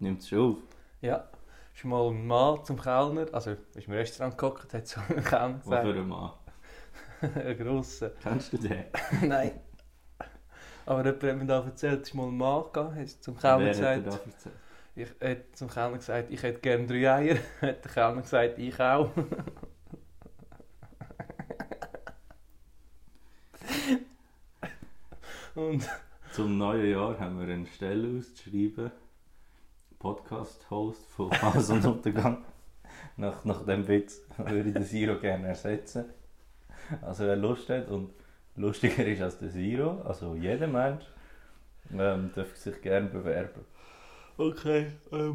Nimmt es schon auf? Ja. Ist mal ein Mann zum Kellner, also ist im Restaurant gehockt, hat so einen Kellner Was für gesagt. ein Mann? Ein grosser. Kennst du den? Nein. Aber jemand hat mir da erzählt, es ist mal ein Mann gegangen, hat zum Kellner Wer hat dir gesagt, das erzählt? ich hätte zum Kellner gesagt, ich hätte gerne 3 Eier. Hat der Kellner gesagt, ich auch. Und Zum neuen Jahr haben wir eine Stelle auszuschreiben. Podcast-Host von Haus und Untergang. Nach dem Witz würde ich den Siro gerne ersetzen. Also wer Lust hat und lustiger ist als der Siro, also jeder Mensch, darf sich gerne bewerben. okay,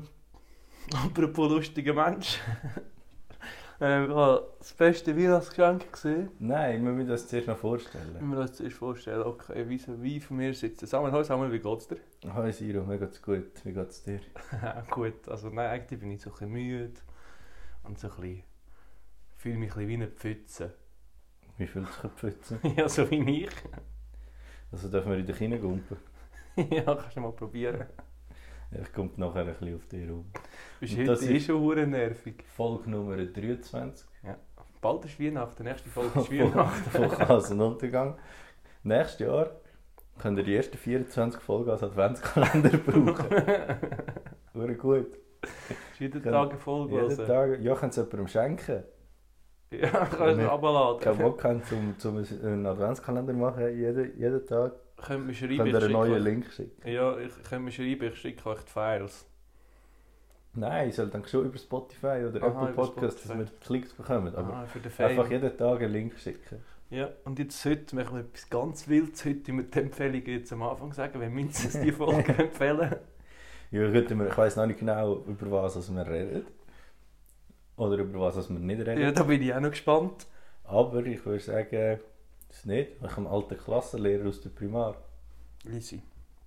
apropos lustiger Mensch. Ich habe das beste Weihnachtsgeschenk gesehen. Nein, wir müssen das zuerst noch vorstellen. Wenn wir uns das zuerst vorstellen, okay, wie von mir sitzt Samuel. Hallo Samuel, wie geht's dir? Hi Siro, mir geht's gut. Wie geht's dir? Gut, also nein, eigentlich bin ich so ein bisschen müde und so ein bisschen, fühle mich ein bisschen wie eine Pfütze. Wie fühlt sich eine Pfütze? Ja, so wie ich. Also dürfen wir in dich reingumpen? Ja, kannst du mal probieren. Ich komme nachher ein bisschen auf dich rum. Bist Und heute das ist- schon hure nervig. Folge Nummer 23 Bald ist Weihnachten, nächste Folge ist Weihnachten. von Haus und Untergang. Nächstes Jahr könnt ihr die ersten 24 Folgen als Adventskalender brauchen. Hure gut. Ist jeden Tag eine Folge Jeden hören. Tag, ja, könnt ihr es jemandem schenken. Ja, kannst du Wir- runterladen. Ich habe Bock zum einen Adventskalender machen, jeden Tag. Könnt mir schreiben, Könnt ihr ich einen neuen schicke Link schicken. euch, ja, ich kann mir schreiben, ich schicke euch die Files. Nein, ich soll dann schon über Spotify oder Aha, Apple über Podcasts, dass Spotify. wir Klicks bekommen. Aber Ah, für den Fame. einfach jeden Tag einen Link schicken. Ja, und jetzt heute machen wir etwas ganz Wildes. Heute mit der Empfehlung jetzt am Anfang sagen, wenn mindestens die Folge empfehlen. Ja, gut, ich weiss noch nicht genau, über was wir reden. Oder über was wir nicht reden. Ja, da bin ich auch noch gespannt. Aber ich würde sagen, das nicht. Ich habe einen alten Klassenlehrer aus der Primar. Easy.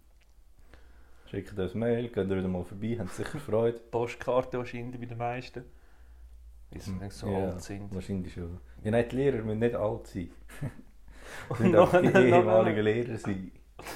Schickt uns Mail, geht ihr wieder mal vorbei, habt sicher Freude. Postkarte wahrscheinlich bei den meisten. Weil sie so Ja, alt sind. Wahrscheinlich schon. Ja, nein, die Lehrer müssen nicht alt sein. Das Und sind auch die noch eine- ehemaligen Lehrer sein.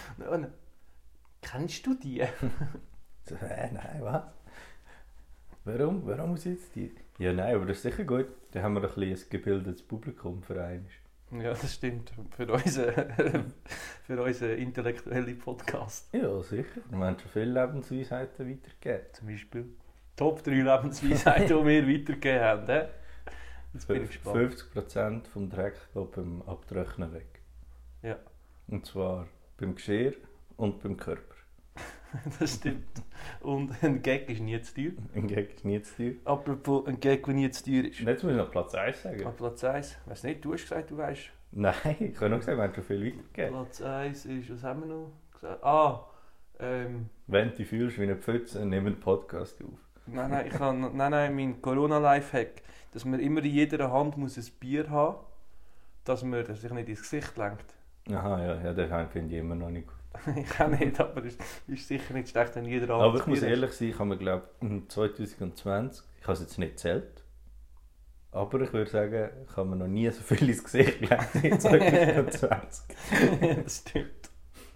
Kennst du die? So, nein, was? Warum? Warum muss ich jetzt die? Ja, nein, aber das ist sicher gut. Dann haben wir ein bisschen ein gebildetes Publikum für einmal. Ja, das stimmt. Für unseren intellektuellen Podcast. Ja, sicher. Wir haben schon viele Lebensweisheiten weitergegeben. Zum Beispiel Top 3 Lebensweisheiten, die wir weitergegeben haben. He? Jetzt bin ich gespannt. 50% vom Dreck geht beim Abtrocknen weg. Ja. Und zwar beim Geschirr und beim Körper. Das stimmt. Und ein Gag ist nie zu teuer. Ein Gag ist nie zu teuer. Apropos ein Gag, der nie zu teuer ist. Und jetzt muss ich noch Platz 1 sagen. An Platz 1. Weiss nicht, du hast gesagt, du weißt. Nein, ich habe nur gesagt, wir haben schon viel weitergegeben. Platz 1 ist, was haben wir noch gesagt? Wenn du dich fühlst wie eine Pfütze, nimm einen Podcast auf. Nein, mein Corona-Lifehack, dass man immer in jeder Hand muss ein Bier haben muss, dass er sich nicht ins Gesicht lenkt. Aha, ja, den finde ich immer noch nicht gut. Ich auch nicht, aber es ist sicher nicht schlecht, wenn jeder Hand Aber ein ich muss Bier ehrlich sein, ich habe mir glaube 2020, ich habe es jetzt nicht gezählt, aber ich würde sagen, ich habe mir noch nie so viel ins Gesicht gelegt wie 2020. hat. Das stimmt.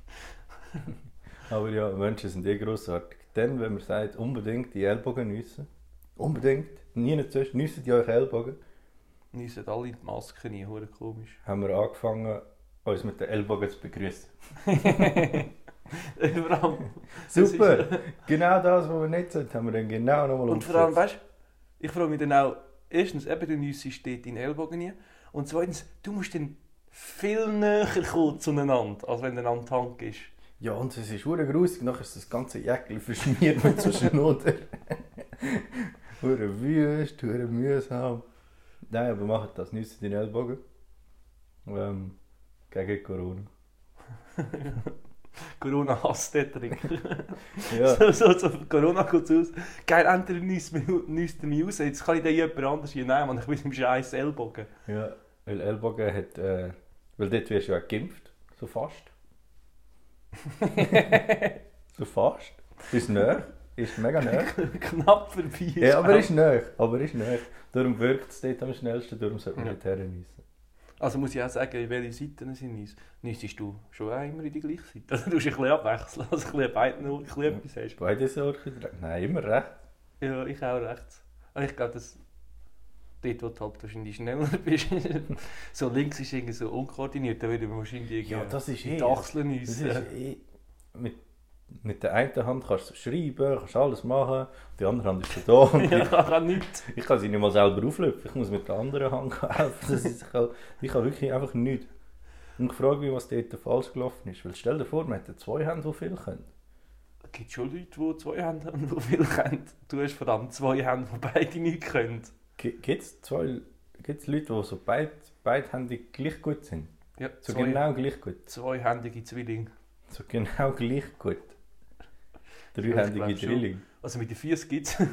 Aber ja, Menschen sind grossartig. Dann, wenn man sagt, unbedingt die Ellbogen nüssen, unbedingt, nie nicht zuerst, nüssen die eure Ellbogen, Niesen alle die Maske rein, hure komisch. haben wir angefangen, uns mit den Ellbogen zu begrüßen. Vor allem, Super! Genau das, was wir nicht sollten, haben wir dann genau nochmal und vor allem, weißt du, ich frage mich dann auch, erstens, eben du niesst dort in den Ellbogen rein, und zweitens, du musst dann viel näher kommen zueinander, als wenn du an die Hand gehst. Ja, und es ist verdammt grusig, nachher ist das ganze Jäckchen verschmiert mit so Schnoder. Verdammt wüst, verdammt mühsam. Nein, aber macht das, nüsst den Ellbogen. Gegen Corona. Corona hasst den Trick. Ja. so, Corona kommt aus. Geil, entweder niesst er mich raus, jetzt kann ich den jemand anders hier nehmen, ich bin im scheiß Ellbogen. Ja, weil Ellbogen hat, weil dort wirst du ja geimpft, so fast. So fast. Ist näher, ist mega näher. Knapp vorbei. Ja, aber ist näher, Darum wirkt es dort am schnellsten, darum sollte man Ja. nicht hernissen. Also muss ich auch sagen, in welche Seiten sind es? Nimmst du schon auch immer in die gleiche Seite? Also du musst ein bisschen abwechseln, also ein bisschen beiden ein bisschen etwas hast. Beide Sorten? Nein, immer recht. Ja, ich auch rechts. Aber ich glaube, dass dort, wo du halt wahrscheinlich schneller bist, so links ist irgendwie so unkoordiniert, da würde man wahrscheinlich irgendwie Ja, das ist in die Achseln Das ist nüssen. mit der einen Hand kannst du schreiben, kannst alles machen, die andere Hand ist so da. Und Ja, kann nichts. ich kann sie nicht mal selber auflöpfen, ich muss mit der anderen Hand helfen. Ich kann wirklich einfach nichts. Und ich frage mich, was dort falsch gelaufen ist. Weil stell dir vor, man hätte zwei Hände, die viel können. Es gibt schon Leute, die zwei Hände haben, die viel können. Du hast verdammt zwei Hände, die beide nichts können. Gibt es Leute, die so beidhändig gleich gut sind? Ja, So genau gleich gut? Zweihändige Zwillinge. So genau gleich gut? Ja, Dreihändige ich glaub schon. Drilling. Also mit den Füßen gibt es.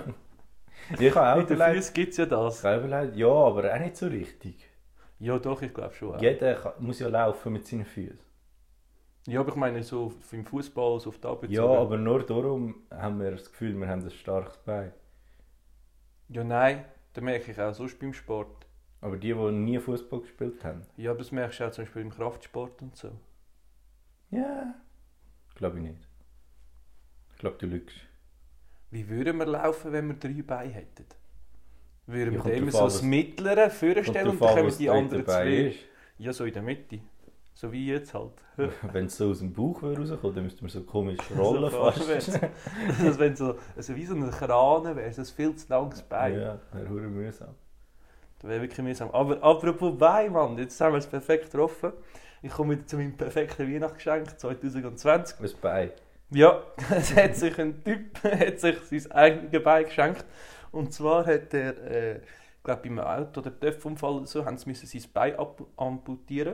Ich habe auch Mit den überlegt, Füßen gibt es ja das. ja, aber auch nicht so richtig. Ja doch, ich glaube schon. Auch. Jeder muss ja laufen mit seinen Füßen. Ja, aber ich meine so im Fußball, so auf die Arbeit. Ja, aber nur darum haben wir das Gefühl, wir haben ein starkes Bein. Ja, nein, das merke ich auch sonst beim Sport. Aber die nie Fußball gespielt haben? Ja, aber das merkst du auch zum Beispiel im Kraftsport und so. Ja. Glaube ich nicht. Ich glaube, du lügst. Wie würden wir laufen, wenn wir 3 Beine hätten? Würden Ja, wir kommt immer drauf so an, das Mittlere vorstellen und dann kommen die anderen zwei. Ja, so in der Mitte. So wie jetzt halt. Wenn es so aus dem Bauch rauskommt, dann müsste man so komisch rollen So fast. Also wenn so, also wie so ein Kran wäre, so ein viel zu langes Bein. Ja, wäre hure mühsam. Das wäre wirklich mühsam. Aber apropos Bein, Mann, jetzt haben wir es perfekt getroffen. Ich komme wieder zu meinem perfekten Weihnachtsgeschenk 2020. Ein Bein. Ja, es hat sich ein Typ hat sich sein eigenes Bein geschenkt. Und zwar hat er, ich glaube beim Auto- oder Töpfunfall oder so, haben sie müssen sein Bein amputieren.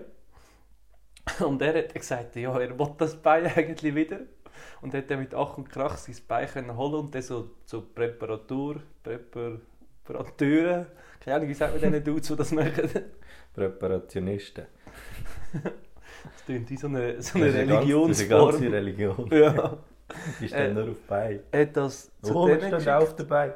Und er hat gesagt, ja, er will das Bein eigentlich wieder. Und hat dann mit Ach und Krach sein Bein können holen und dann so Präparateure, keine Ahnung, wie sagt man denen Dudes, die das machen? Präparationisten. Das klingt wie so eine Das ist eine Religionsform. ganze Religion. Ja. Die stehen nur auf Bein. Er hat das zu Oh, denen was steht auf dabei?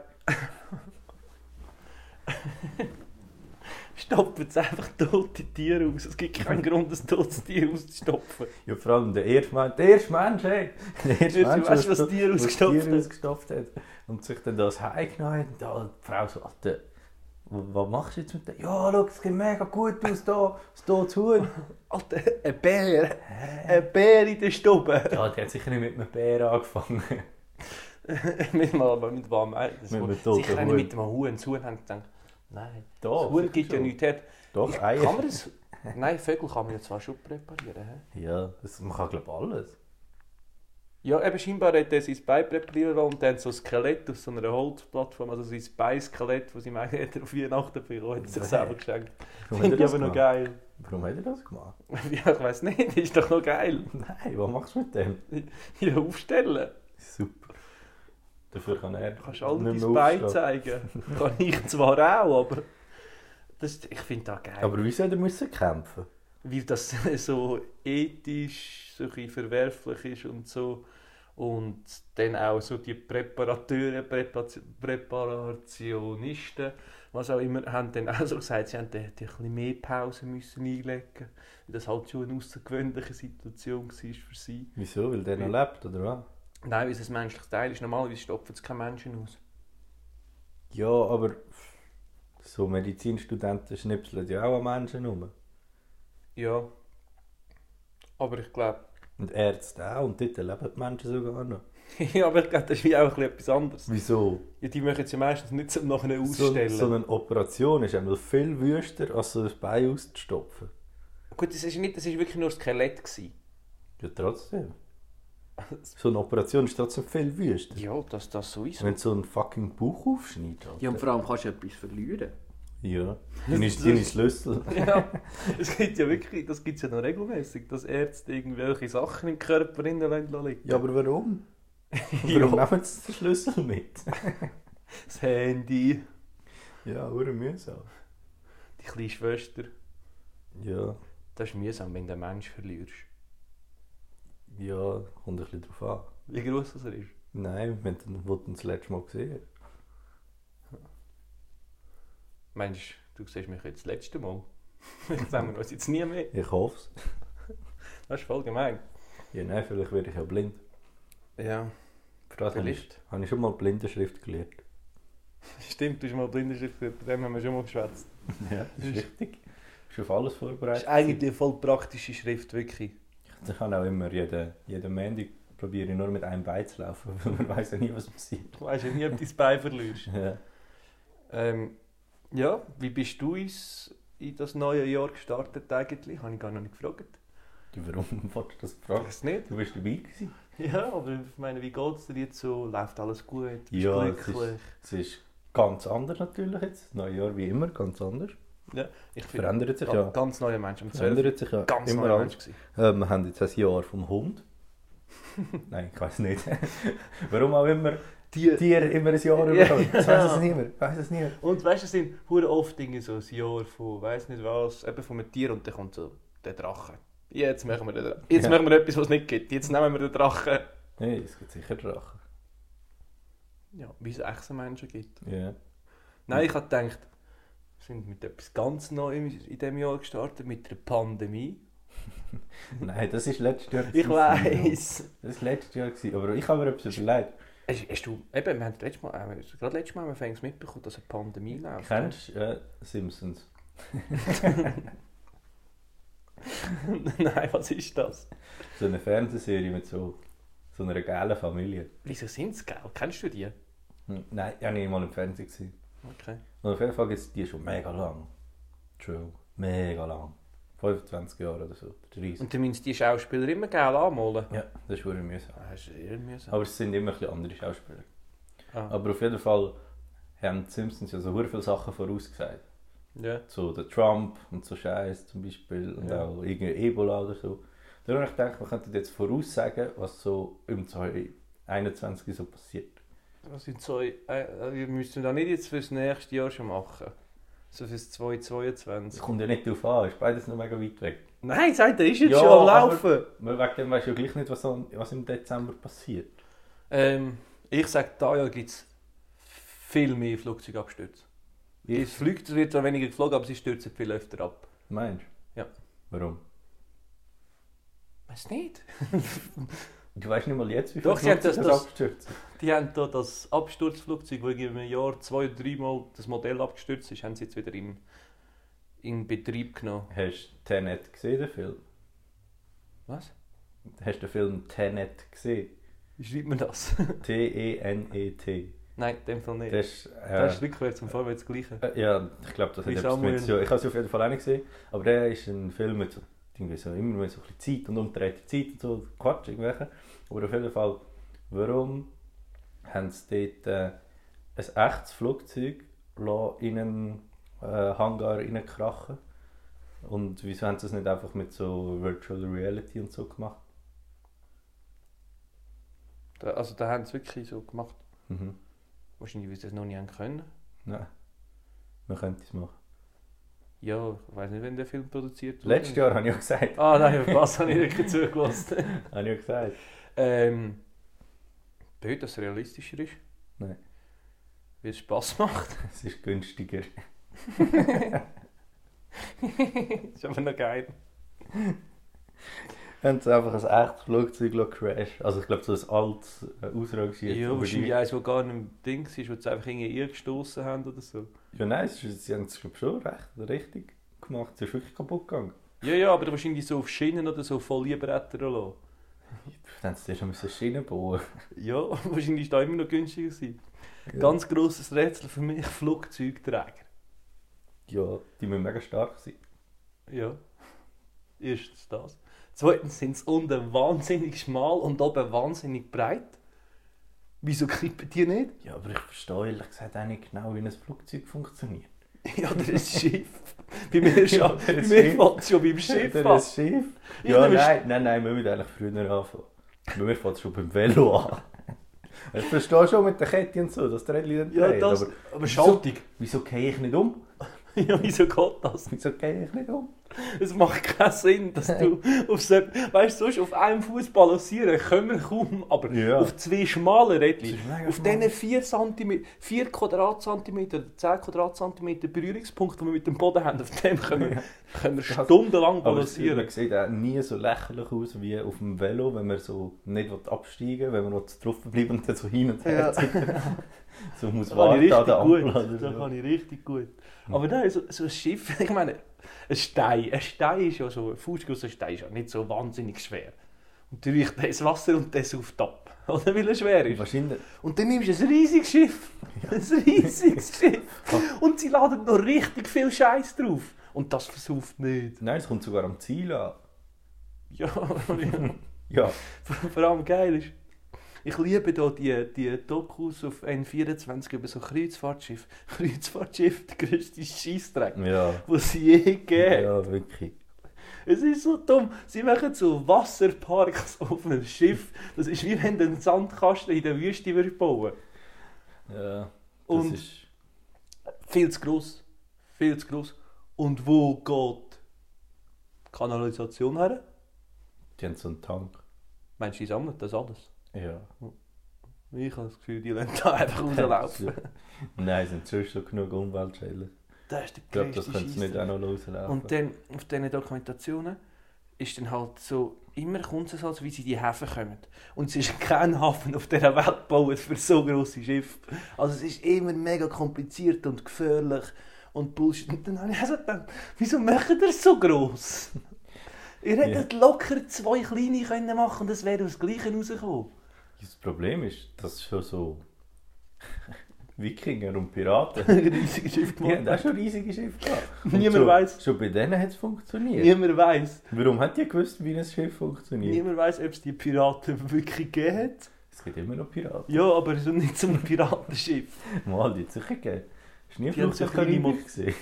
stopft jetzt einfach tote Tiere aus. Es gibt keinen Grund, ein totes Tier auszustopfen. Ja, vor allem der erste Mensch, hey. Der erste Mensch, Weißt du, was Tier ausgestopft hat. Und sich dann das heimgenommen hat. Und da die Frau so, Alter, was machst du jetzt mit dem? Ja, schau, es sieht mega gut aus da, es tut zu Huhn. Alter, ein Bär! Ein Bär in der Stube! Ja, der hat sicher nicht mit einem Bär angefangen. mit warm Mit einem toten sicher Huhn. nicht mit einem Huhn. Das Huhn haben gedacht, nein, Doch, das Huhn sicher gibt ja schon. nichts her. Doch, Eier. Kann man das? Nein, Vögel kann man ja zwar schon präparieren. He? Ja, man kann glaube ich alles. Ja, eben scheinbar hat er sein Bein präparieren lassen und dann so ein Skelett auf so einer Holzplattform, also sein Beinskelett, das ihm eigentlich auf Weihnachten bekommen hat, sich selber geschenkt. Warum Finde hat ich er das aber noch gemacht? geil. Warum hat er das gemacht? Ja, ich weiss nicht, ist doch noch geil. Nein, was machst du mit dem? Ja, aufstellen. Super. Dafür kann er Du kannst alle nicht dein mehr Bein aufstehen. zeigen. Kann ich zwar auch, aber ich finde das geil. Aber wieso hat er müssen kämpfen? Wie das so ethisch so ein bisschen verwerflich ist und so. Und dann auch so die Präparateure, Präparationisten, was auch immer, haben dann auch so gesagt, sie haben ein bisschen mehr Pause müssen einlegen, weil das halt schon eine außergewöhnliche Situation war für sie. Wieso? Weil der noch lebt, oder was? Nein, weil es ein menschliches Teil ist. Normalerweise stopfen es keine Menschen aus. Ja, aber so Medizinstudenten schnipseln ja auch an Menschen rum. Ja. Aber ich glaube... Und Ärzte auch. Und dort leben die Menschen sogar noch. ja, aber ich glaube, das ist wie auch etwas anderes. Wieso? Ja, die machen es ja meistens nicht zum nachher So ausstellen. eine Operation ist einmal viel wüster, als so ein Bein auszustopfen. Gut, das ist wirklich nur das Skelett gewesen. Ja, trotzdem. So eine Operation ist trotzdem viel wüster. Ja, das sowieso. Wenn du so einen fucking Bauch aufschneidest. Alter. Ja, und vor allem kannst du etwas verlieren. Ja. Deine Schlüssel. Ja, es gibt ja wirklich, das gibt es ja noch regelmäßig, dass Ärzte irgendwelche Sachen im Körper liegen lassen. Ja, aber warum? Ja. Warum nehmen sie den Schlüssel mit? Das Handy, Ja, hure mühsam. die kleine Schwester. Ja, Das ist mühsam, wenn du einen Menschen verlierst. ja, kommt ein bisschen drauf an. Wie gross das er ist. Nein, wenn du ihn das letzte Mal gesehen hast. Meinst du, du siehst mich jetzt das letzte Mal? Vielleicht sehen wir uns jetzt nie mehr. Ich hoffe es. Das ist voll gemein. Ja, nein, vielleicht werde ich ja blind. Ja, Für das habe ich schon mal Blindenschrift gelernt. stimmt, du hast mal Blindenschrift gehört, bei dem haben wir schon mal geschwätzt. Ja, das ist richtig. Bist du auf alles Das vorbereitet? ist eigentlich eine voll praktische Schrift, wirklich. Ich kann auch immer jeden Montag probiere ich nur mit einem Bein zu laufen, weil man weiß ja nie, was passiert. Du weißt ja nie, ob du dein Bein verlierst. Ja. Ja, wie bist du in das neue Jahr gestartet eigentlich? Habe ich gar noch nicht gefragt. Warum wolltest du das Ich fragen? weiß nicht. Du bist dabei gewesen. Ja, aber ich meine, wie geht es dir jetzt so? Läuft alles gut? Bist Ja, du glücklich? es ist ganz anders natürlich jetzt. Das neue Jahr wie immer, ganz anders. Ja, ich finde, Verändert sich ja. ganz neuer Mensch. Um 12 Verändert sich ja ganz immer neuer alles. Mensch gewesen. Wir haben jetzt ein Jahr vom Hund. Nein, ich weiß nicht. Warum auch immer Tiere immer ein Jahr bekommen. Ich weiß es nicht mehr. Ich weiss es nicht mehr. Und weißt du, es sind hure oft Dinge so ein Jahr von, weiß nicht was, eben von einem Tier und dann kommt so der Drache. Jetzt machen wir machen wir etwas, was es nicht gibt. Jetzt nehmen wir den Drachen. Nein, es gibt sicher Drachen. Ja, wie es Echsenmenschen gibt. Ja. Nein, ich habe gedacht, wir sind mit etwas ganz Neuem in diesem Jahr gestartet, mit der Pandemie. Nein, das war letztes Jahr. Ich weiss. Das war letztes Jahr, aber ich habe mir etwas überlegt. Hast du, eben, wir haben gerade letztes Mal haben wir mitbekommen, dass eine Pandemie läuft. Kennst du Simpsons? Nein, was ist das? So eine Fernsehserie mit so einer geilen Familie. Wieso sind sie geil? Kennst du die? Nein, ich habe nicht mal im Fernsehen gesehen. Okay. Und auf jeden Fall gibt es die schon mega lang. Schon mega lang. 25 Jahre oder so, 30. Und du meinst die Schauspieler immer geil anmalen? Ja, das ist wirklich mühsam. Das ist eher mühsam. Aber es sind immer ein bisschen andere Schauspieler. Ah. Aber auf jeden Fall haben die Simpsons ja so sehr viele Sachen vorausgesagt. Ja. So der Trump und so Scheiß zum Beispiel und Ja. auch irgendwie Ebola oder so. Darum habe ich gedacht, wir könnten jetzt voraussagen, was so im 2021 so passiert. Das sind so, wir müssen da nicht jetzt fürs nächste Jahr schon machen. So fürs Es 2022. kommt ja nicht darauf an, ist beides noch mega weit weg. Nein, sagt er, ist jetzt Ja, schon am aber- Laufen. Wegen dem weisst du ja gleich nicht, was im Dezember passiert. Ich sage, da Jahr gibt es viel mehr Flugzeugabstürze. Es wird zwar weniger geflogen, aber sie stürzen viel öfter ab. Meinst du? Ja. Warum? Weiß nicht. Du weißt nicht mal jetzt, wie Doch, viele sie haben Flugzeuge abgestürzt sind. Die haben da das Absturzflugzeug, das in einem Jahr 2 oder 3 Mal das Modell abgestürzt ist, haben sie jetzt wieder in Betrieb genommen. Hast du Tenet gesehen, den Film? Was? Hast du den Film Tenet gesehen? Wie schreibt man das? T-E-N-E-T. Nein, in dem Fall nicht. Das ist, Das ist rückwärts und vorwärts das Gleiche. ja, ich glaube, das hat Wie etwas Samuel. mit so... Ich habe es auf jeden Fall auch nicht gesehen, aber der ist ein Film mit so, irgendwie so immer mit so ein bisschen Zeit und umgedrehte Zeit und so Quatsch irgendwelche. Aber auf jeden Fall, warum haben sie dort ein echtes Flugzeug in einen Hangar reinkrachen? Und wieso haben sie das nicht einfach mit so Virtual Reality und so gemacht? Also da haben sie wirklich so gemacht. Mhm. Wahrscheinlich, weil sie das noch nie haben können. Nein, man könnte es machen. Ja, ich weiß nicht, wenn der Film produziert wurde. Letztes Jahr habe ich ja gesagt. Ah nein, was habe ich wirklich zugelassen? Habe ich ja gesagt. Blöd, dass es realistischer ist. Nein. Weil es Spass macht. Es ist günstiger. Ist aber noch geil. Haben sie einfach ein echtes Flugzeug crashen. Also ich glaube so ein altes Ausrangiertes. Ja, aber wahrscheinlich die- eins, das gar nicht im Ding ist, wo sie einfach irgendwie eingestoßen haben oder so. Ja nein, sie haben es glaub, schon richtig gemacht. Es ist wirklich kaputt gegangen. Ja, aber wahrscheinlich so auf Schienen oder so voll Lieberetter lassen. Dann haben sie schon Schienen bauen. Ja, wahrscheinlich ist das immer noch günstiger gewesen. Ja. Ganz grosses Rätsel für mich, Flugzeugträger. Ja, die müssen mega stark sein. Ja, erstens das. Zweitens sind sie unten wahnsinnig schmal und oben wahnsinnig breit. Wieso kippen die nicht? Ja, aber ich verstehe ehrlich gesagt auch nicht genau, wie ein Flugzeug funktioniert. Ja, oder ein Schiff. Bei mir Ja, schon, oder bei ein mir Schiff. fängt es schon beim Schiff Oder an. ein Schiff? Ja, Ja, dann nein, wir müssen eigentlich früher anfangen. Bei mir fängt es schon beim Velo an. Ich verstehe schon mit der Kette und so, dass der Rädchen dann Ja, dreht, das, aber aber Schaltung. wieso gehe ich nicht um? Ja, wieso geht das? Wieso gehe ich nicht um? Es macht keinen Sinn, dass du auf so, weißt du, sonst auf einem Fuß balancieren können wir kaum, aber Ja. auf zwei schmalen Rädchen, Das ist mega auf schmal. diesen 4 Quadratzentimeter, 10 Quadratzentimeter Berührungspunkt, die wir mit dem Boden haben, auf dem können wir stundenlang Aber es balancieren. sieht auch nie so lächerlich aus wie auf dem Velo, wenn man so nicht absteigen will, wenn man drauf bleiben und dann so hin und her Ja. zieht. So muss Das kann ich warten an der richtig Ampel gut. oder Das so. kann ich richtig gut. Aber nein, so ein Schiff, ich meine, ein Stein ist ja so, ein fußgrosser Stein ist ja nicht so wahnsinnig schwer. Und du riechst das Wasser und das sauft ab. Oder weil er schwer ist. Wahrscheinlich, Und dann nimmst du ein riesiges Schiff. Ein riesiges Schiff. Und sie laden noch richtig viel Scheiß drauf. Und das versauft nicht. nein, es kommt sogar am Ziel an. Ja, Ja, vor allem geil ist, ich liebe hier die Dokus auf N24 über so Kreuzfahrtschiffe. Kreuzfahrtschiff, der grösste Scheissdreck, ja, den es je gegeben. ja, wirklich. Es ist so dumm. Sie machen so Wasserparks auf einem Schiff. Das ist wie wenn du einen Sandkasten in der Wüste bauen würdest. Ja, das Und ist... viel zu gross. Viel zu gross. Und wo geht die Kanalisation her? Die haben so einen Tank. Meinst du, die sammeln das alles? Ja. Ich habe das Gefühl, die lassen da einfach rauslaufen. Nein, sind sonst schon genug Umweltschäden. Das ist der Ich glaube, das grösste könnte es nicht Scheissdreck. auch noch rauslaufen. Und dann auf diesen Dokumentationen ist dann halt so, immer kommt es so, wie sie in die Häfen kommen. Und es ist kein Hafen auf dieser Welt gebaut für so grosse Schiffe. Also es ist immer mega kompliziert und gefährlich und Bullshit. Und dann habe ich also gedacht, wieso macht ihr es so gross? Ihr hättet locker 2 kleine können machen und es wäre aus dem Gleichen rausgekommen. Das Problem ist, dass schon so Wikinger und Piraten, Riesige Schiff die haben gemacht. auch schon riesige Schiffe gehabt. Und Niemand schon, weiss. Schon bei denen hat es funktioniert. Niemand weiss. Warum hat die gewusst, wie ein Schiff funktioniert? Niemand weiss, ob es die Piraten wirklich gegeben hat. Es gibt immer noch Piraten. Ja, aber so nicht zum Piratenschiff. Mal, die hat es sicher gegeben. Hast du nie Die haben Flucht so der kleine Karibik gesehen?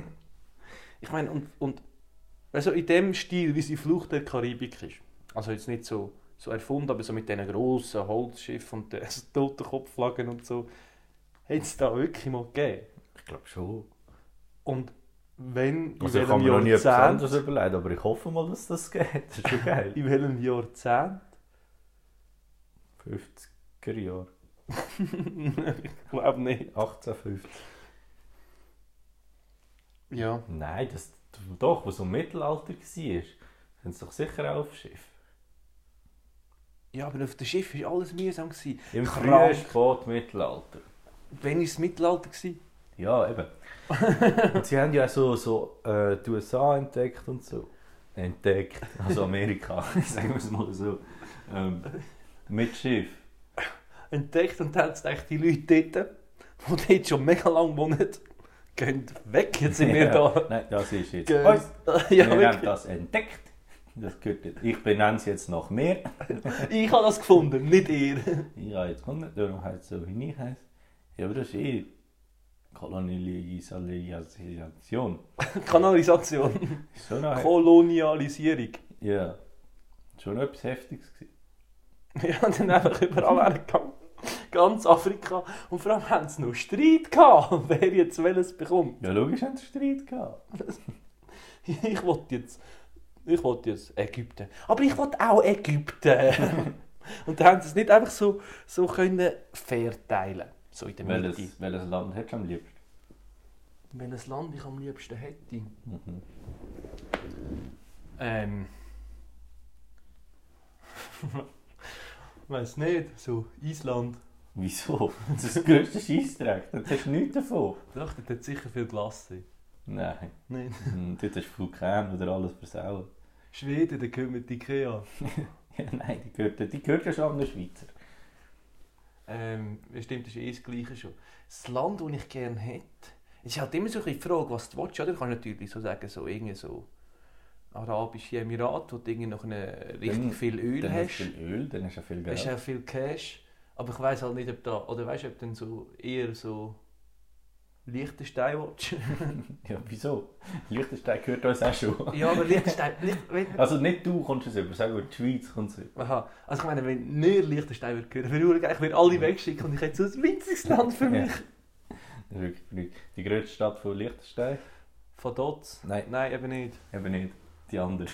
Ich meine, und also in dem Stil, wie sie Flucht der Karibik ist, also jetzt nicht so erfunden, aber so mit diesen grossen Holzschiffen und den Totenkopfflaggen und so, hat es da wirklich mal gegeben. Ich glaube schon. Und wenn, in Also ich habe welchem mir noch nie etwas anderes Jahrzehnt, überlegt, aber ich hoffe mal, dass das geht. Das ist schon geil. in welchem Jahrzehnt, 50er Jahre. ich glaube nicht. 1850. Ja. Nein, das doch, was im Mittelalter war, sind sie doch sicher auch auf Schiff. Ja, aber auf dem Schiff war alles mühsam. Im Krank. frühen Spätmittelalter. Wann war das Mittelalter? Ja, eben. Und sie haben ja auch die USA entdeckt und so. Entdeckt, also Amerika, sagen wir es mal so. Mit Schiff. Entdeckt und dann haben sie gedacht, die Leute dort, die dort schon mega lange wohnen, gehen weg, jetzt sind wir Ja. da. Nein, das ist jetzt Gehen- uns. Ja, Wir haben wirklich. das entdeckt. Das gehört nicht. Ich benenne es jetzt nach mir. Ich habe das gefunden, nicht ihr. Ich habe jetzt gefunden, darum heißt es so, wie ich heiße. Ja, aber das ist Kolonialisation. Kanalisation. Ist schon noch, Kolonialisierung. ja, schon noch etwas Heftiges gewesen. Ja, und dann einfach überall hergegangen. Ganz Afrika. Und vor allem haben sie noch Streit gehabt, wer jetzt welches bekommt. Ja, logisch haben sie Streit gehabt. Ich wollte jetzt Ägypten. Aber ich wollte auch Ägypten. Und dann haben sie es nicht einfach so können verteilen. So in der Mitte. Welches Land hättest du am liebsten? Welches Land ich am liebsten hätte? Mhm. Weiß nicht, so Island. Wieso? Das ist das grösste Scheissdreck. Da hast du nichts davon. Ich dachte, dort hat sicher viel Glasse. Nein. Nein. Dort hast du Vulkan oder alles versauen. Schweden, da gehört mit Ikea. Ja, nein, die gehört ja schon an den Schweizer. Stimmt, das ist das Gleiche schon. Das Land, das ich gerne hätte, es ist halt immer so die Frage, was du willst. Oder? Du kannst natürlich so sagen, so irgendwie so Arabische Emirate, wo du irgendwie noch richtig viel Öl Dann hast. hast du viel Öl, dann hast du viel Hast Geld. auch viel Cash. Aber ich weiss halt nicht, ob da, oder weißt du, ob dann so eher so Liechtenstein willst. Ja, wieso? Liechtenstein gehört uns auch schon. Ja, aber Liechtenstein... Also nicht du kommst es über, sagen wir, die Schweiz kommt es über. Aha, also ich meine, wenn nicht Liechtenstein würde gehören, ich würde alle wegschicken und ich hätte so ein winziges Land für mich. Das ist wirklich blöd. Die grösste Stadt von Liechtenstein? Von Dotz? Nein. Nein, eben nicht. Eben nicht. Die andere.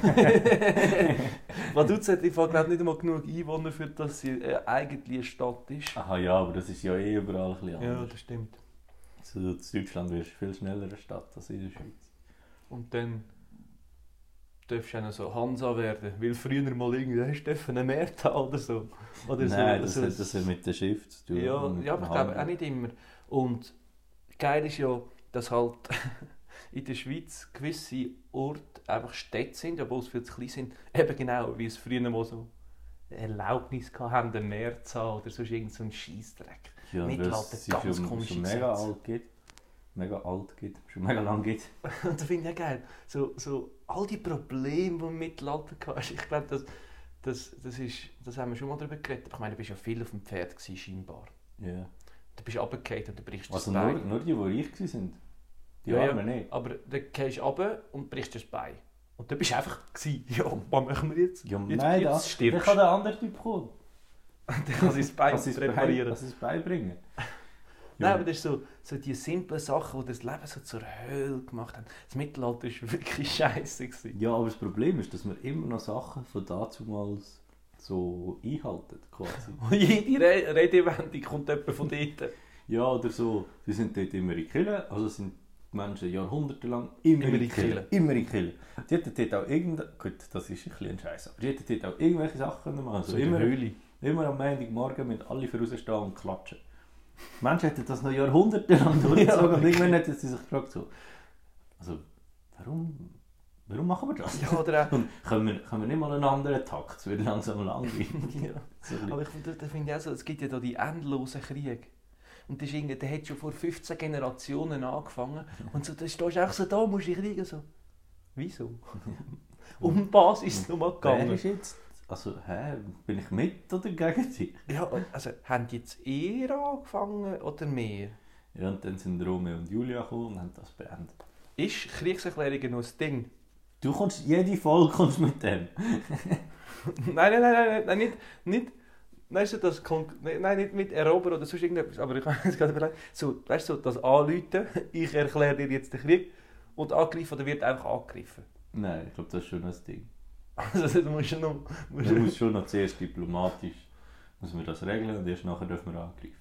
Vaduz hat im Fall glaub, nicht einmal genug Einwohner, für dass sie eigentlich eine Stadt ist. Aha, ja, aber das ist ja eh überall ein bisschen Ja, anders. das stimmt. So, in Deutschland wirst du viel schneller eine Stadt als in der Schweiz. Und dann darfst du auch noch so Hansa werden, weil früher mal irgendwie hast du eine Mehrzahl oder so. Oder Nein, so, das hat mit dem Schiff zu tun. Ja, und mit ja, aber dem ich glaube Handel. auch nicht immer. Und geil ist ja, dass halt in der Schweiz gewisse Orte einfach Städte sind, obwohl sie viel zu klein sind. Eben genau, wie es früher mal so Erlaubnis hatten, eine Mehrzahl oder sonst irgend so ein Scheissdreck. Ja, Mittelalter, weil es ganz schon komische mega Gesetze. alt gibt. Schon mega lang gibt. Und das finde ich ja geil. So all die Probleme, die im Mittelalter hatten. Ich glaube, das haben wir schon mal darüber geredet. Ich meine, du bist ja viel auf dem Pferd gewesen, scheinbar. Ja. Du bist runtergefallen und du brichst Also das Bein. nur die reich waren. Die Ja, Armen nicht. Aber dann gehst du runter und brichst das Bein. Und dann bist du einfach gewesen, ja, was machen wir jetzt? Ja, jetzt, nein, jetzt dann stirbst kann der andere Typ kommen. Dann kann sie das Bein Kann präparieren. Kann es beibringen. Nein, aber das ist so die simplen Sachen, die das Leben so zur Hölle gemacht haben. Das Mittelalter war wirklich scheiße gewesen. Ja, aber das Problem ist, dass wir immer noch Sachen von dazumals so einhalten, quasi. Und jede Redewendung kommt jemand von dort. Ja, oder so, sie sind dort immer in Kirche, also sind die Menschen jahrhundertelang immer in Kirche. Immer in Kirche. Die hätten dort auch gut, das ist ein bisschen ein Scheiß, aber die hätten dort auch irgendwelche Sachen machen. Also in der Höhle. immer am Montagmorgen mit alle rausstehen und klatschen. Die Menschen hätten das noch jahrhundertelang durchgezogen und irgendwann hätten sie sich gefragt, so, also, warum machen wir das? Ja, oder auch, Und können wir nicht mal einen anderen Takt? Es wird langsam langweilig. ja. Aber da finde ich auch so, es gibt ja da die endlosen Kriege. Und das ist irgendwie, der hat schon vor 15 Generationen angefangen. Und so, da stehst du auch so da, musst dich kriegen, so. Wieso? Um was ist es nochmal Wer gegangen? ist jetzt? Also, bin ich mit oder gegen dich? Ja, also, haben jetzt ihr angefangen oder mehr? Ja, und dann sind Romeo und Julia gekommen und haben das beendet. Ist Kriegserklärung noch ein Ding? Du kommst, jede Folge kommst mit dem. Nein, nicht. Weißt du, nein, nicht mit erobern oder sonst irgendetwas, aber ich kann es gerade überlegen. So, weißt du, das Anrufen, ich erkläre dir jetzt den Krieg und angegriffen oder wird einfach angegriffen. Nein, ich glaube, das ist schon ein Ding. Also, du musst noch. Du musst schon noch zuerst diplomatisch muss man das regeln und erst nachher dürfen wir angreifen.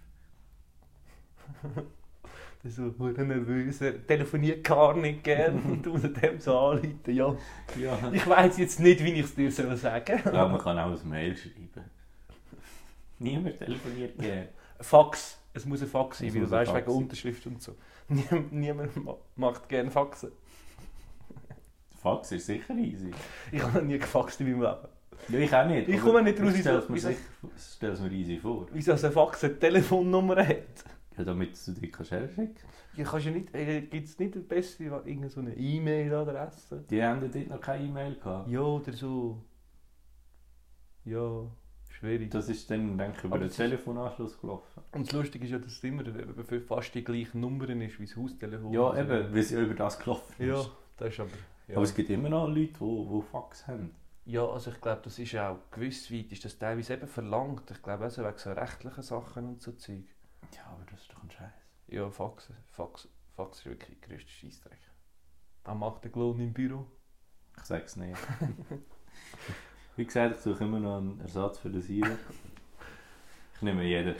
Das ist so nervös, er telefoniert gar nicht gern und du musst dem so anrufen. Ja, Ja. ich weiss jetzt nicht, wie ich es dir sagen soll. Ja, man kann auch ein Mail schreiben. Niemand telefoniert gerne. Fax. Es muss ein Fax sein, Es weil du muss ein weißt, Fax wegen sein. Unterschrift und so. Niemand macht gerne Faxen. Fax ist sicher easy. Ich habe noch nie gefaxt in meinem Leben. Ja, ich auch nicht. Ich aber komme nicht raus, ich stell's wieso- mir easy vor. Wieso ein Fax eine Telefonnummer hat? Ja, damit du dir herschicken kannst. Ja, kannst ja nicht, gibt es nicht eine bessere, irgendeine so eine E-Mail-Adresse? Die haben dort noch keine E-Mail gehabt. Ja, oder so. Ja, schwierig. Das ist dann, denke ich, über Aber den das ist- Telefonanschluss gelaufen. Und das Lustige ist ja, dass es immer für fast die gleichen Nummern ist wie das Haustelefon. Ja, Also, eben, weil sie über das gelaufen ist. Ja, das ist aber... Ja. Aber es gibt immer noch Leute, die Fax haben. Ja, also ich glaube, das ist auch gewiss weit, ist das teilweise eben verlangt. Ich glaube, also wegen so rechtlichen Sachen und so Zeug. Ja, aber das ist doch ein Scheiß. Ja, Fax ist wirklich der grösste Scheissdreck. Am macht der Lohn im Büro. Ich sag's nicht. Wie gesagt, ich suche immer noch einen Ersatz für den Siro. Ich nehme jeden.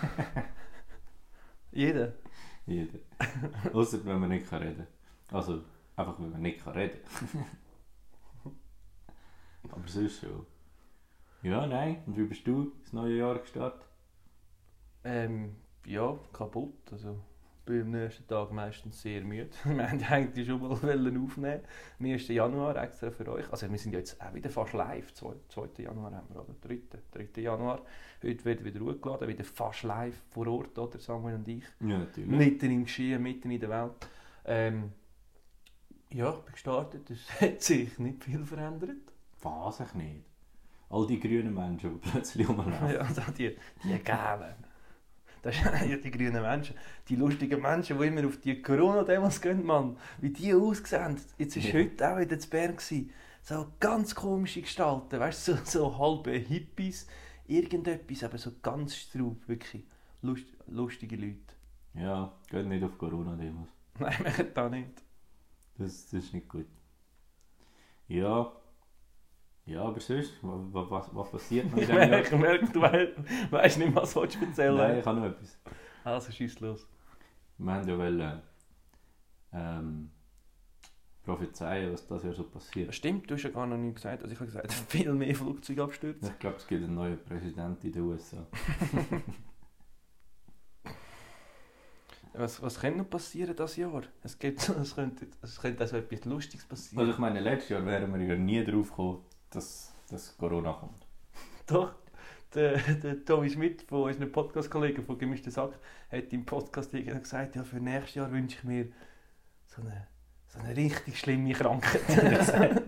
Jeder? Jeden. Außer wenn man nicht reden kann. Also, einfach wenn man nicht reden kann. Aber sonst schon. Ja, nein. Und wie bist du das neue Jahr gestartet? Ja, kaputt. Also, ich bin am nächsten Tag meistens sehr müde. Wir haben eigentlich schon mal aufnehmen. Am 1. Januar extra für euch. Also wir sind ja jetzt auch wieder fast live. 2. Januar haben wir, oder? 3. Januar. Heute wird wieder hochgeladen, wieder fast live vor Ort, oder? Samuel und ich. Ja, natürlich. Mitten im Geschehen, mitten in der Welt. Ja, ich bin gestartet. Es hat sich nicht viel verändert. Was ich nicht. All die grünen Menschen, die plötzlich rumlaufen. Ja, also die Gelben. Das sind ja die grünen Menschen. Die lustigen Menschen, die immer auf die Corona-Demos gehen, Mann. Wie die aussehen. Jetzt war heute auch wieder in Bern. So ganz komische Gestalten. Weißt du, so halbe Hippies. Irgendetwas, aber so ganz straub. Wirklich lustige Leute. Ja, geht nicht auf Corona-Demos. Nein, machen das nicht. Das ist nicht gut. Ja. Ja, aber sonst, was passiert noch in Ich diesem Jahr? merke, du weißt nicht, was du erzählen Nein, willst. ich habe noch etwas. Also schieß los. Wir haben ja wollen, prophezeien, was das Jahr so passiert. Stimmt, du hast ja gar noch nicht gesagt. Also ich habe gesagt, viel mehr Flugzeugabstürze. Ich glaube, es gibt einen neuen Präsidenten in den USA. Was könnte noch passieren dieses Jahr? Es könnte also etwas Lustiges passieren. Also ich meine, letztes Jahr wären wir ja nie drauf gekommen, dass Corona kommt. Doch, der Tommy Schmidt von unseren Podcast-Kollegen von «Gemischter Sack» hat im Podcast irgendwann gesagt, ja, für nächstes Jahr wünsche ich mir so eine richtig schlimme Krankheit.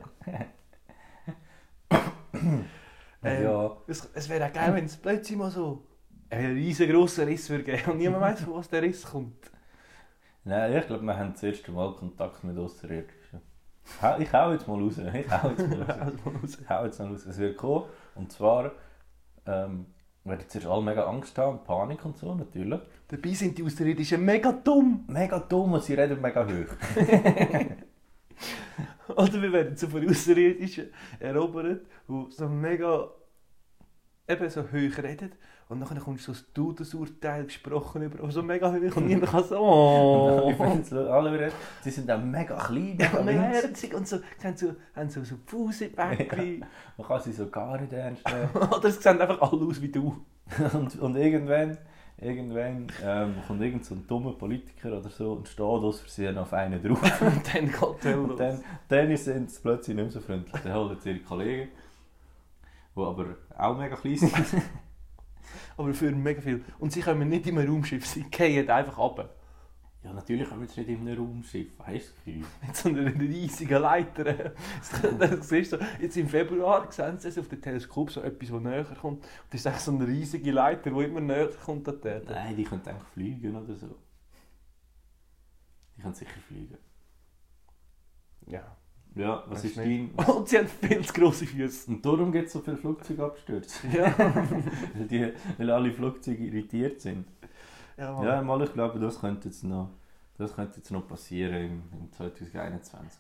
Ja. Es wäre auch geil, wenn es plötzlich mal so einen riesengroßen Riss würde geben und niemand weiß, von was der Riss kommt. Nein, ich glaube, wir haben das erste Mal Kontakt mit Außerirdischen. Ich hau jetzt mal raus. Ich hau jetzt mal raus. Es wird kommen. Und zwar werden zuerst alle mega Angst haben und Panik und so, natürlich. Dabei sind die Außerirdischen mega dumm. Mega dumm und sie reden mega hoch. Oder wir werden so von Außerirdischen erobert, die so mega eben so hoch reden. Und dann kommt so ein Todesurteil gesprochen über so mega hoch und niemand kann so Ich finde so, alle reden, sie sind auch mega klein, ja, mega winzig. herzig und so, haben so die Fuß in die Bäckchen. Man kann sie so gar nicht ernst nehmen. Oder es sehen einfach alle aus wie du. und irgendwann kommt irgend so ein dummer Politiker oder so und steht aus Versehen auf einen drauf. Und dann geht der Und los. dann sind sie plötzlich nicht mehr so freundlich. Dann holen sie ihre Kollegen, die aber auch mega klein sind. Aber für mega viel. Und sie kommen nicht in einem Raumschiff, sie fallen einfach runter. Ja, natürlich haben wir jetzt nicht in einem Raumschiff, weißt du? Mit so einer riesigen Leiter. Das siehst du, jetzt im Februar sehen sie auf dem Teleskop so etwas, das näher kommt. Und das ist echt so eine riesige Leiter, die immer näher kommt an die Erde. Nein, die können eigentlich fliegen oder so. Die können sicher fliegen. Ja. Ja, was Weiss ist nicht. dein... Und sie haben viel zu grosse Füße. Und darum gibt es so viele Flugzeugabstürze. Ja. weil alle Flugzeuge irritiert sind. Ja, Ja, mal, ich glaube, das könnte jetzt noch passieren im 2021.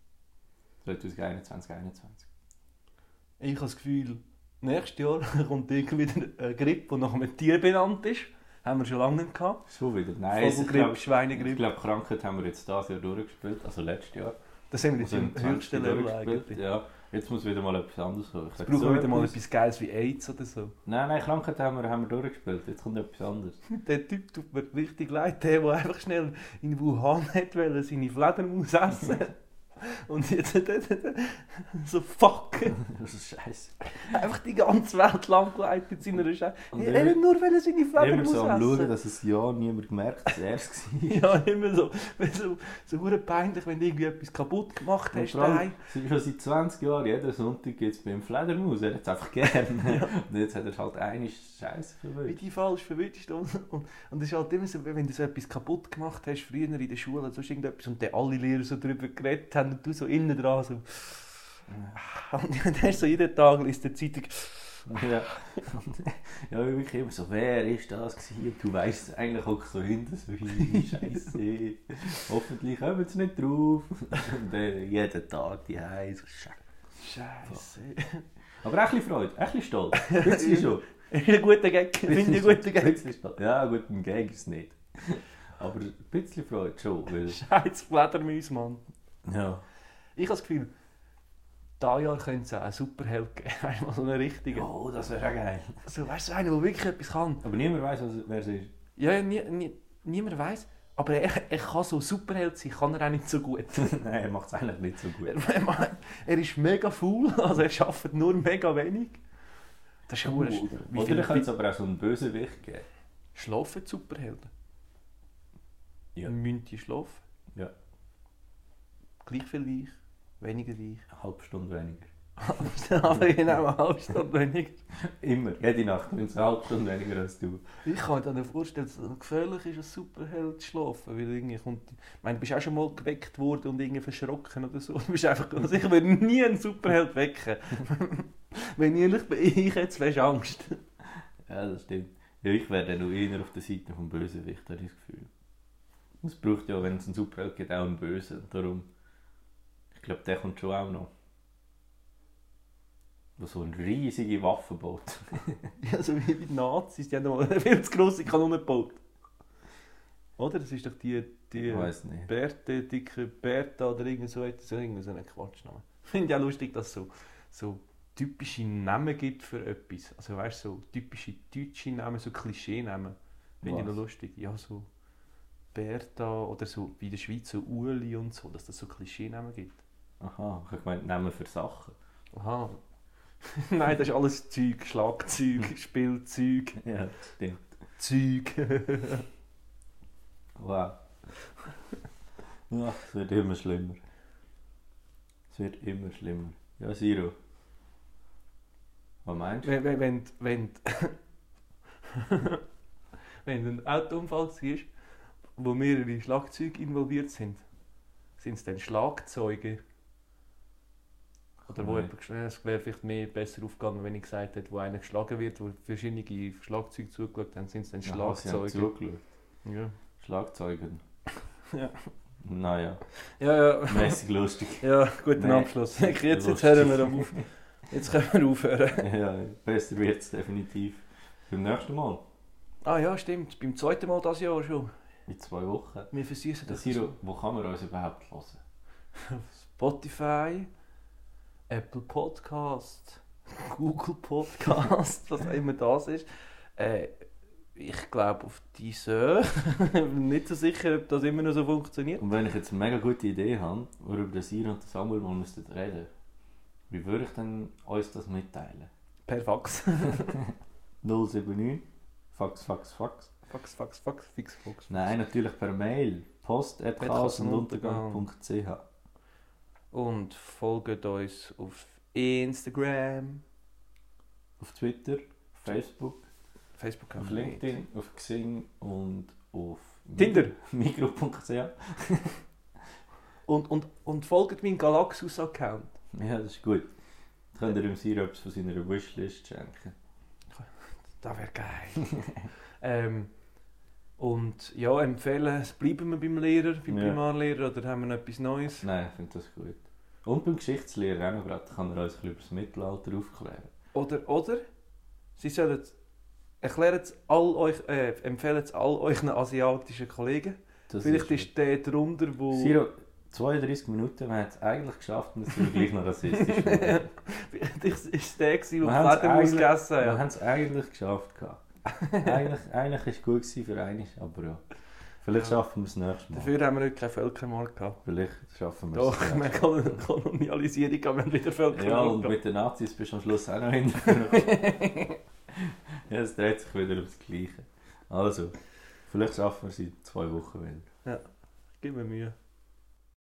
2021, 2021. Ich habe das Gefühl, nächstes Jahr kommt irgendwie eine Grippe, die nach einem Tier benannt ist. Haben wir schon lange nicht gehabt. Schon wieder? Nein, Vogelgrippe, ich Schweinegrippe. glaube, Krankheit haben wir jetzt dieses Jahr durchgespielt, also letztes Jahr. Das sind wir jetzt Also im 20 höchsten Level durchgespielt. eigentlich. Ja, jetzt muss wieder mal etwas anderes kommen. Jetzt brauchen wir wieder mal etwas Geiles wie AIDS oder so. Nein, Krankheit haben wir durchgespielt, jetzt kommt etwas anderes. Der Typ tut mir richtig leid, der einfach schnell in Wuhan hat wollte, seine Fledermaus essen. Und jetzt so fuck. Das ist scheiße. Einfach die ganze Welt langgeleitet mit seiner Scheiße. Und Er will nur seine Immer Fledermaus so am Schauen, essen. dass es ja niemand gemerkt hat, dass er es war. Ja, immer so. So verdammt peinlich, wenn du irgendwie etwas kaputt gemacht Und hast. vor allem, daheim. schon seit 20 Jahren, jeden Sonntag gibt es beim Fledermaus, er hat es einfach gern. Ja. Und jetzt hat er halt eine Scheiße Wie verwirrt. die falsch verwünscht. Und es ist halt immer so, wenn du so etwas kaputt gemacht hast, früher in der Schule, oder sonst irgendetwas, und dann alle Lehrer so darüber geredet haben und du so innen dran so. Und dann hast du so jeden Tag liest der Zeitung. Ja. Ja, wirklich immer so, wer ist das gewesen? Du weißt es eigentlich auch so hinten, so Scheiße. Hoffentlich kommen sie nicht drauf. Und dann jeden Tag die Hause, so Scheiße. Aber auch ein bisschen Freude, ein bisschen Stolz. Ein bisschen schon. Ein guter Gag, finde ich einen guten Gag. Ein bisschen Stolz. Ja, gut, ein Gag ist es nicht. Aber ein bisschen Freude schon. Weil, Scheiß Fledermaus, Mann. ja. Ich habe das Gefühl, dieses Jahr könnte es auch einen Superheld geben. Einmal so einen richtigen. Oh, das wäre auch geil. Also, weißt du, einer, der wirklich etwas kann. Aber niemand weiss, wer es ist. Ja, niemand weiß. Aber er kann so Superheld sein, kann er auch nicht so gut. Nein, er macht es eigentlich nicht so gut. Er ist mega faul, also er arbeitet nur mega wenig. Das ist ja Oder wie könnte es aber auch so einen Bösewicht geben. Schlafen die Superhelden? Ja. Müssen die schlafen? Ja. Gleich viel weich? Weniger weich? Eine halbe Stunde weniger. Aber genau eine halbe Stunde weniger. Immer, jede Nacht sind es eine halbe Stunde weniger als du. Ich kann mir dann nicht vorstellen, dass es gefährlich ist, als Superheld zu schlafen. Weil irgendwie kommt, ich meine, du bist auch schon mal geweckt worden und irgendwie verschrocken oder so. Du bist einfach, also ich würde nie einen Superheld wecken. Wenn ich ehrlich bin, ich hätte fast Angst. Ja, das stimmt. Ja, ich wäre dann noch eher auf der Seite vom Bösewicht, habe ich das Gefühl. Es braucht ja, wenn es einen Superheld gibt, auch einen Bösen. Darum glaube, der kommt schon auch noch. Wo so eine riesige Waffe baut. Ja, so wie die Nazis, die haben noch eine viel zu grosse Kanone gebaut. Oder? Das ist doch die Ich weiß nicht. dicke Bertha oder irgend so etwas, so ein Quatschname. Ich finde ja lustig, dass es so typische Namen gibt für etwas. Also weißt du, so typische deutsche Namen, so Klischee-Namen. Finde ich noch lustig. Ja, so Bertha oder so wie in der Schweiz so Ueli und so, dass das so Klischee-Namen gibt. Aha, ich habe gemeint, Namen für Sachen. Aha. Nein, das ist alles Zeug, Schlagzeug, Spielzeug, Ja, stimmt. Zeug. Wow. Ja, es wird immer schlimmer. Es wird immer schlimmer. Ja, Siro. Was meinst du? Wenn ein Autounfall war, wo mehrere Schlagzeuge involviert sind es dann Schlagzeuge? Oder wo Nein. es wäre vielleicht mehr besser aufgegangen, wenn ich gesagt hätte, wo einer geschlagen wird, wo verschiedene Schlagzeuge zugeschaut haben, sind es dann Aha, sie haben Schlagzeuge. zugeschaut. Ja. Schlagzeugen. Ja. Naja, Ja, ja. mäßig lustig. Ja, guten Nee, Abschluss. Jetzt lustig. hören wir auf. Jetzt können wir aufhören. Ja, besser wird es definitiv beim nächsten Mal. Ah ja, stimmt. Beim zweiten Mal dieses Jahr schon. In 2 Wochen. Wir versüßen das. Siro, wo kann man uns überhaupt hören? Spotify, Apple Podcast, Google Podcast, was auch immer das ist. Ich glaube auf diese. Nicht so sicher, ob das immer noch so funktioniert. Und wenn ich jetzt eine mega gute Idee habe, worüber der Siro und der Samuel mal müssten reden, wie würde ich denn uns das mitteilen? Per Fax. 079 Fax. Fax, fix. Nein, natürlich per Mail. post@chaosunduntergang.ch. Und folgt uns auf Instagram, Auf Twitter, Facebook, Facebook, auf LinkedIn, auf Xing und auf Tinder. Migro.ch. Und folgt meinem Galaxus-Account. Ja, das ist gut. Dann könnt ihr dem Siro etwas von seiner Wishlist schenken. Das wäre geil. Und ja, empfehlen, bleiben wir beim Lehrer, beim Ja. Primarlehrer, oder haben wir noch etwas Neues? Nein, ich finde das gut. Und beim Geschichtslehrer auch noch gerade, kann er uns ein bisschen über das Mittelalter aufklären. Oder Sie sollen empfehlen es all euren asiatischen Kollegen. Das Vielleicht ist der drunter, wo... Siro, 32 Minuten, wir haben es eigentlich geschafft und es sind gleich noch rassistisch geworden. Vielleicht ist es der, der Wir haben es Fledermaus eigentlich- gegessen Wir hat. haben es eigentlich geschafft. Eigentlich war es gut gewesen für einmal, aber ja. Vielleicht Ja. schaffen wir es nächstes Mal. Dafür haben wir heute keinen Völkermord gehabt. Vielleicht schaffen wir Doch, es. wir haben Kolonialisierung, aber wir haben wieder Ja, Völkermord und gehabt. mit den Nazis bist du am Schluss auch noch hinterher. Ja, es dreht sich wieder ums Gleiche. Also, vielleicht schaffen wir es in 2 Wochen wieder. Gib mir Mühe.